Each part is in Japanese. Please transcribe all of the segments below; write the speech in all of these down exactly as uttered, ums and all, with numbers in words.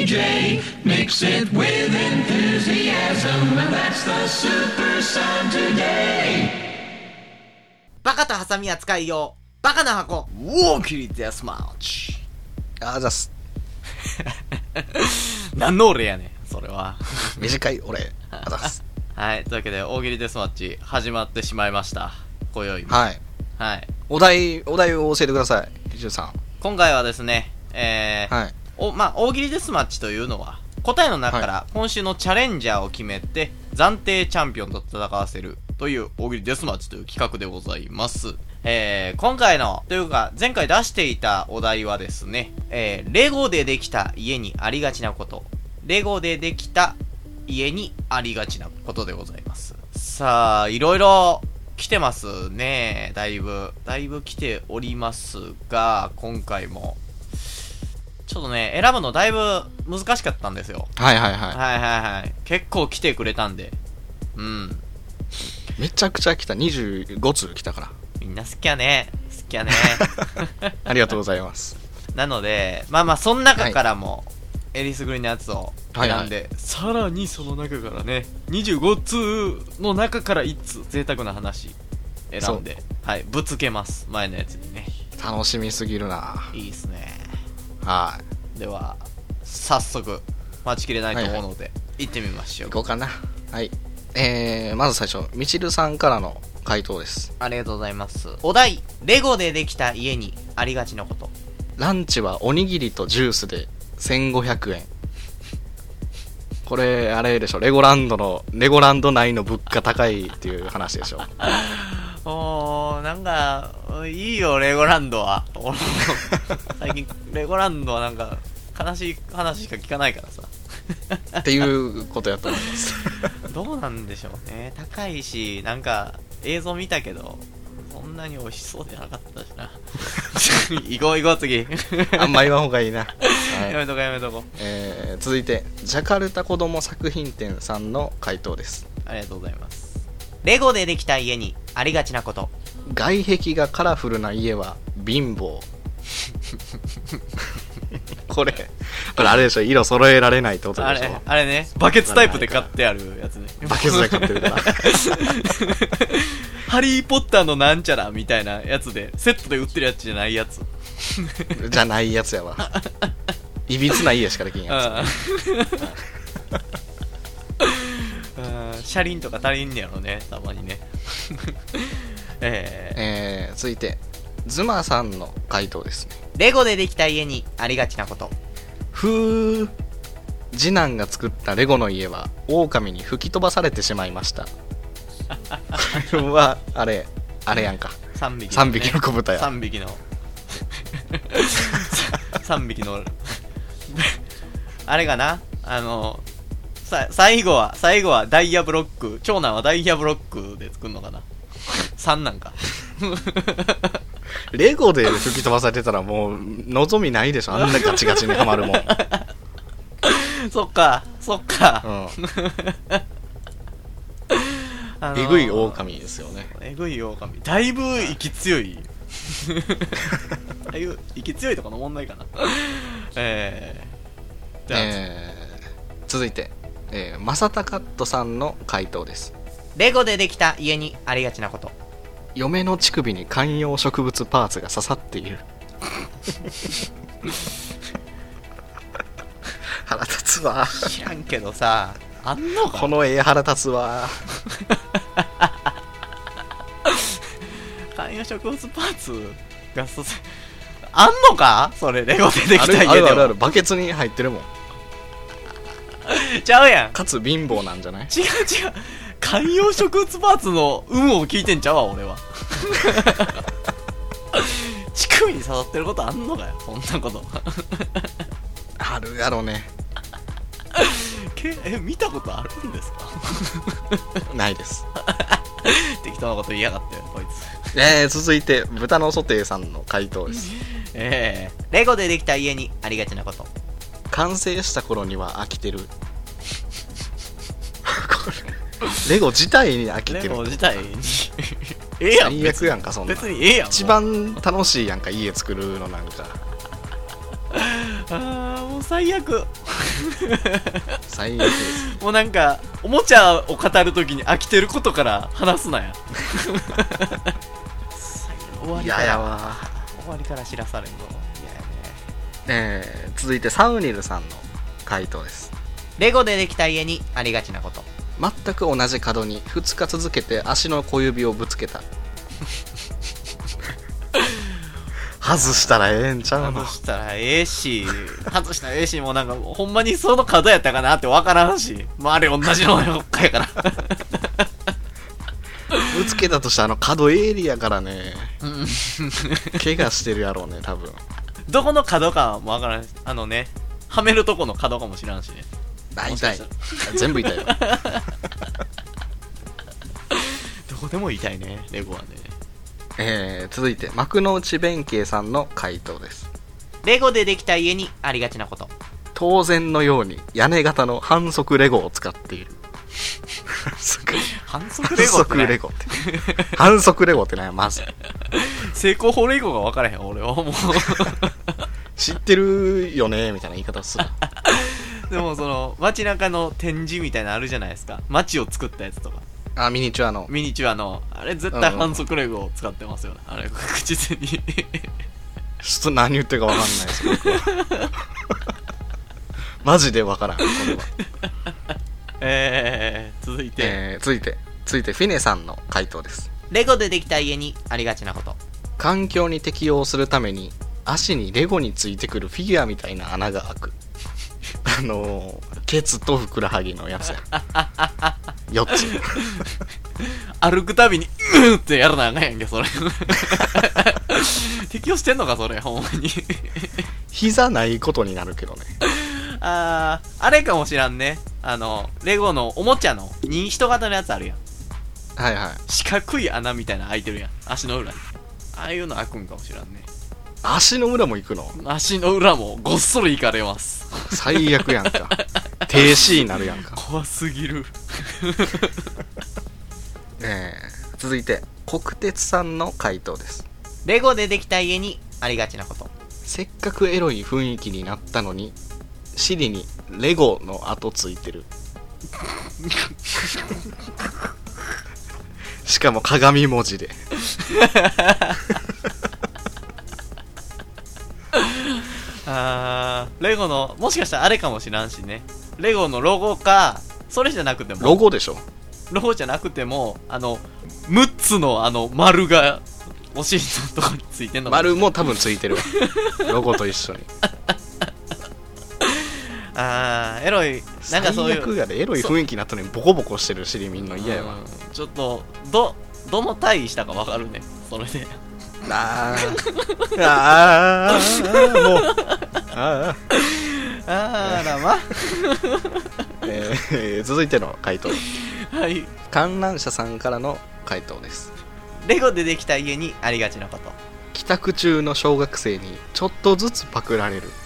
J mix it with enthusiasm, and that's the Super Sound Today. バカとハサミ扱い用バカな箱ウォーキリデスマッチ。 あざす何の俺やねんそれは。 短い俺あざすはい、というわけで大喜利デスマッチ始まってしまいました。今宵もはいはい、 お題お題を教えてくださいひじゅうさん。 今回はですねえー、 はいおまあ大喜利デスマッチというのは答えの中から今週のチャレンジャーを決めて暫定チャンピオンと戦わせるという大喜利デスマッチという企画でございます。えー、今回のというか前回出していたお題はですね、えー、レゴでできた家にありがちなこと、レゴでできた家にありがちなことでございます。さあいろいろ来てますね。だいぶだいぶ来ておりますが、今回もちょっとね選ぶのだいぶ難しかったんですよ。 はいはいはいはいはいはい。結構来てくれたんで、うんめちゃくちゃ来た。にじゅうご通来たからみんな好きやね好きやねありがとうございます。 なのでまあまあその中からも、はい、えりすぐりのやつを選んで、はいはい、さらにその中からねにじゅうご通の中からいっ通贅沢な話選んで、はい、ぶつけます。前のやつにね。 楽しみすぎるな。 いいっすね。 はい。 では早速待ちきれないと思うので、はいはい、行ってみましょう。 行こうかな。はい。えー、まず最初みちるさんからの回答です。 ありがとうございます。お題、レゴでできた家にありがちなこと。 ランチはおにぎりとジュースでせんごひゃくえん。これあれでしょ、レゴランドのレゴランド内の物価高いっていう話でしょおー、なんかいいよレゴランドは最近レゴランドはなんか悲しい話しか聞かないからさっていうことやと思いますどうなんでしょうね。高いし、なんか映像見たけどそんなに美味しそうでなかったしな行こう行こう次あんま言わんほうがいいな、はい、 やめとこやめとこ、 えー、続いてジャカルタ子ども作品展さんの回答です。 ありがとうございます。レゴでできた家にありがちなこと。 外壁がカラフルな家は貧乏これこれあれでしょ、色揃えられないってことでしょ。 あれあれね、バケツタイプで買ってあるやつね。 バケツで買ってるからハリーポッターのなんちゃらみたいなやつでセットで売ってるやつじゃないやつじゃないやつやわいびつな家しかできんやつ車輪とか足りんねやろね、たまにねえー、 えー、続いてズマさんの回答ですね。 レゴでできた家にありがちなこと。 ふー、次男が作ったレゴの家は狼に吹き飛ばされてしまいましたこれはあれあれやんか、 さんびきの、ね、 さんびきの子豚や。 さんびきのさんびきのあれかな、あのさ最後は最後はダイヤブロック、長男はダイヤブロックで作るのかなさんなんかレゴで吹き飛ばされてたらもう望みないでしょ、あんなガチガチにはまるもんそっかそっか、うんあのー、えぐい狼ですよね。 えぐい狼、だいぶ息強いだいぶ息強いとかの問題かなえー、じゃあ、 えー、続いて、えー、マサタカットさんの回答です。 レゴでできた家にありがちなこと。 嫁の乳首に観葉植物パーツが刺さっている腹立つわ。 知らんけどさ、あんのかこの絵腹立つわ観葉植物パーツがそあんのか、それレゴでできた家でも。 あるあるある、バケツに入ってるもんちゃうやん。 かつ貧乏なんじゃない。 違う違う、観葉植物パーツの有無を聞いてんちゃうわ俺は乳首に刺さってることあんのかよ、そんなことあるやろねけえ見たことあるんですかないです適当なこと言いやがってこいつ。 えー、続いて豚のソテーさんの回答ですえー、レゴでできた家にありがちなこと。 完成した頃には飽きてるレゴ自体に飽きてる。 レゴ自体にええやん、 最悪やんかそんな。 別にええやん。 一番楽しいやんか家作るのなんかあーもう最悪最悪ですもうなんかおもちゃを語るときに飽きてることから話すなや終わりからいややわ終わりから知らされんのいややね。 えー、続いてサウニルさんの回答です。 レゴでできた家にありがちなこと。 全く同じ角にふつか続けて足の小指をぶつけた外したらええんちゃうの。 外したらええし外したらええしもうなんかほんまにその角やったかなってわからんし、まああれ同じのやからぶつけたとしてあの角エリアからね怪我してるやろうね多分。 どこの角かもわからんし、あのねはめるとこの角かもしらんしね。 あ痛い全部痛いよどこでも痛いねレゴはね。 えー、続いて幕の内弁慶さんの回答です。 レゴでできた家にありがちなこと。 当然のように屋根型の反則レゴを使っている反則レゴって反則レゴって反則レゴってねまず成功法レゴが分からへん俺はもう知ってるよねみたいな言い方するでもその街中の展示みたいなのあるじゃないですか、街を作ったやつとかあミニチュアのミニチュアのあれ絶対反則レゴを使ってますよね、あれ確実にちょっと何言ってるか分かんないです僕はマジで分からんこれはえー、続いて、 えー、続いて続いてフィネさんの回答です。 レゴでできた家にありがちなこと。 環境に適応するために足にレゴについてくるフィギュアみたいな穴が開くあのー、ケツとふくらはぎのやつやよっつ歩くたびにうーってやらなあかんやんけそれ適応してんのかそれほんまに膝ないことになるけどね。 あーあれかもしらんね、あのレゴのおもちゃのに人型のやつあるやん、 はいはい。 四角い穴みたいなの開いてるやん足の裏に、ああいうの開くんかもしらんね。 足の裏も行くの？ 足の裏もごっそりいかれます。 最悪やんか停止になるやんか怖すぎるえー、続いて国鉄さんの回答です。 レゴでできた家にありがちなこと。 せっかくエロい雰囲気になったのに尻にレゴの跡ついてるしかも鏡文字であーレゴのもしかしたらあれかもしらんしね、レゴのロゴかそれじゃなくてもロゴでしょ。 ロゴじゃなくてもあのむっつのあの丸がお尻のところについてんのかもしれん。 丸も多分ついてるわロゴと一緒にあーエロいなんかそういう最悪やで、エロい雰囲気になったのにボコボコしてる尻見んの嫌やわ。 うんちょっとどどの体位したか分かるねそれであーあーもうあーあーらまえー、続いての回答、 はい観覧車さんからの回答です。 レゴでできた家にありがちなこと。 帰宅中の小学生にちょっとずつパクられる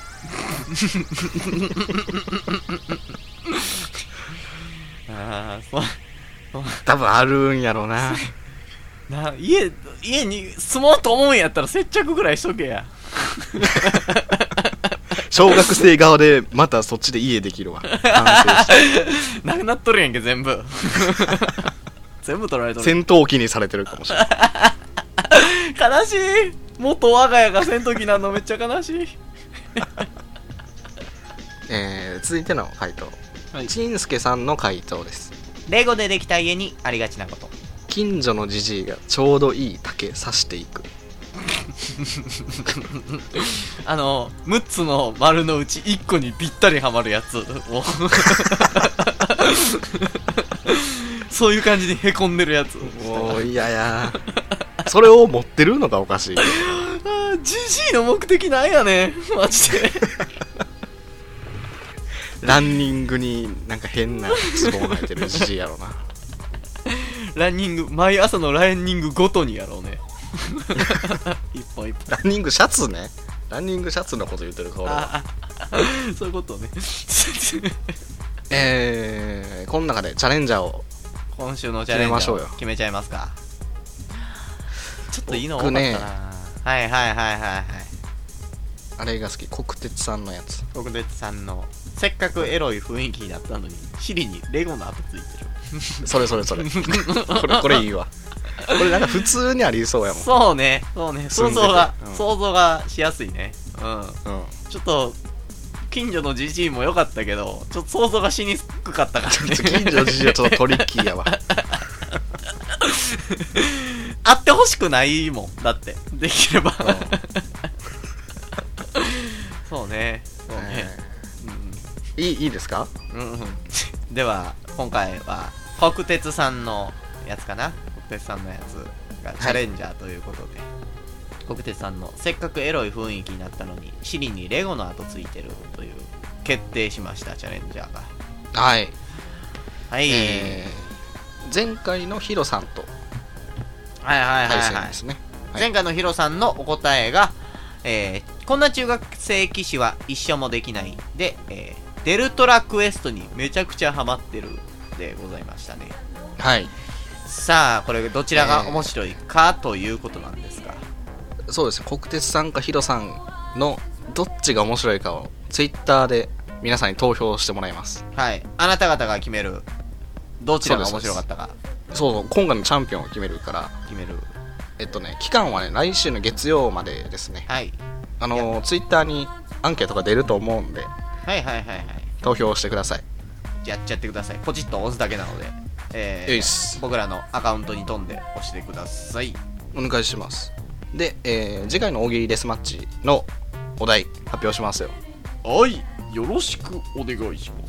ああそう多分あるんやろなな家家に住もうと思うんやったら接着ぐらいしとけや小学生側でまたそっちで家できるわ反省してなくなっとるやんけ全部全部取られとる。 戦闘機にされてるかもしれない悲しい、元我が家が戦闘機なんのめっちゃ悲しいえー、続いての回答、 はい、 ちんすけさんの回答です。 レゴでできた家にありがちなこと。 近所のじじいがちょうどいい竹刺していくあのむっつの丸のうちいっこにぴったりはまるやつをそういう感じにへこんでるやつ。 もういややそれを持ってるのがおかしい。 あジジイの目的なんやねんマジでランニングになんか変なツボを履いてるじじいやろなランニング毎朝のランニングごとにやろうね一本一本ランニングシャツね、ランニングシャツのこと言ってるか俺は。 ああそういうことねえー、この中でチャレンジャーを今週のチャレンジャーを決めましょうよ。 決めちゃいますか。ちょっといいの多か僕ねったな。はいはいはいはいはい。 あれが好き、国鉄さんのやつ。 国鉄さんのせっかくエロい雰囲気になったのに尻にレゴの跡ついてる。 それそれそれこれこれいいわ。これなんか普通にありそうやもん。 そうねそうね、想像が、 うん、 想像がしやすいね。うん、うん、ちょっと近所のじじいも良かったけど、ちょっと想像がしにくかったからね。 近所のじじいはちょっとトリッキーやわ。 あってほしくないもんだって、できれば。うん、そうねそうね、 えーうん、いいいいですか。 うん、うん、では今回は国鉄さんのやつかな、国鉄さんのやつがチャレンジャーということで、はい、国鉄さんのせっかくエロい雰囲気になったのに尻にレゴの跡ついてるという決定しました、チャレンジャーが。 はいはい、 えー、前回のヒロさんとはいはいはい、はい、 対戦ですね、はい、 前回のヒロさんのお答えが、えー、こんな中学生騎士は一緒もできないで、えー、デルトラクエストにめちゃくちゃハマってるでございましたね。 はい。 さあこれどちらが面白いか、えー、ということなんですが、 そうですね、国鉄さんかヒロさんのどっちが面白いかをツイッターで皆さんに投票してもらいます。 はい、あなた方が決める、どちらが面白かったか。 そうそう、今回のチャンピオンを決めるから。 決める。 えっとね、期間はね、来週の月曜までですね。 はい。 あのー、ツイッターにアンケートが出ると思うんで、 はいはいはいはい。 投票してください。 やっちゃってください。ポチッと押すだけなので、えー、 よし僕らのアカウントに飛んで押してください。 お願いします。で、えー、次回の大喜利デスマッチのお題発表しますよ。 はい、よろしくお願いします。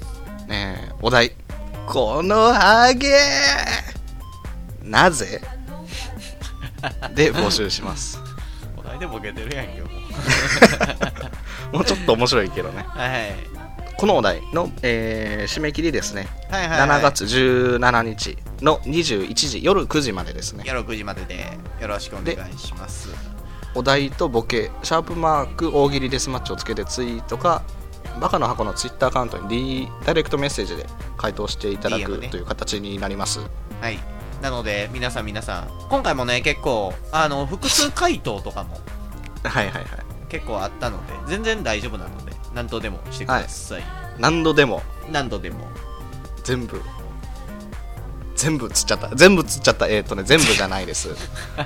ねえ、お題。このハゲーなぜで募集します。 お題でボケてるやんけもう。 もうちょっと面白いけどね。 はい。 このお題の、えー、締め切りですね。 はいはいはい、 しちがつじゅうしちにちのにじゅういちじ、夜くじまでですね。 夜くじまででよろしくお願いします。 お題とボケ、シャープマーク大喜利デスマッチをつけてツイートか、バカの箱のツイッターアカウントに D ダイレクトメッセージで回答していただく、ね、という形になります。 はい。なので皆さん皆さん今回もね結構あの複数回答とかもはいはいはい結構あったので全然大丈夫なので何度でもしてください。はい、 何度でも何度でも全部全部つっちゃった全部つっちゃったえっ、ー、とね全部じゃないです。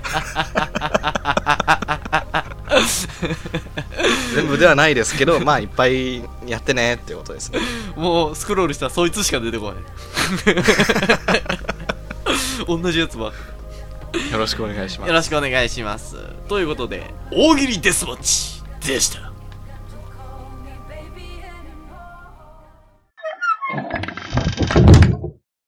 全部ではないですけど、まあいっぱいやってねっていうことですね。 もうスクロールしたらそいつしか出てこない。同じやつば。よろしくお願いします。 よろしくお願いします。ということで大喜利デスマッチでした。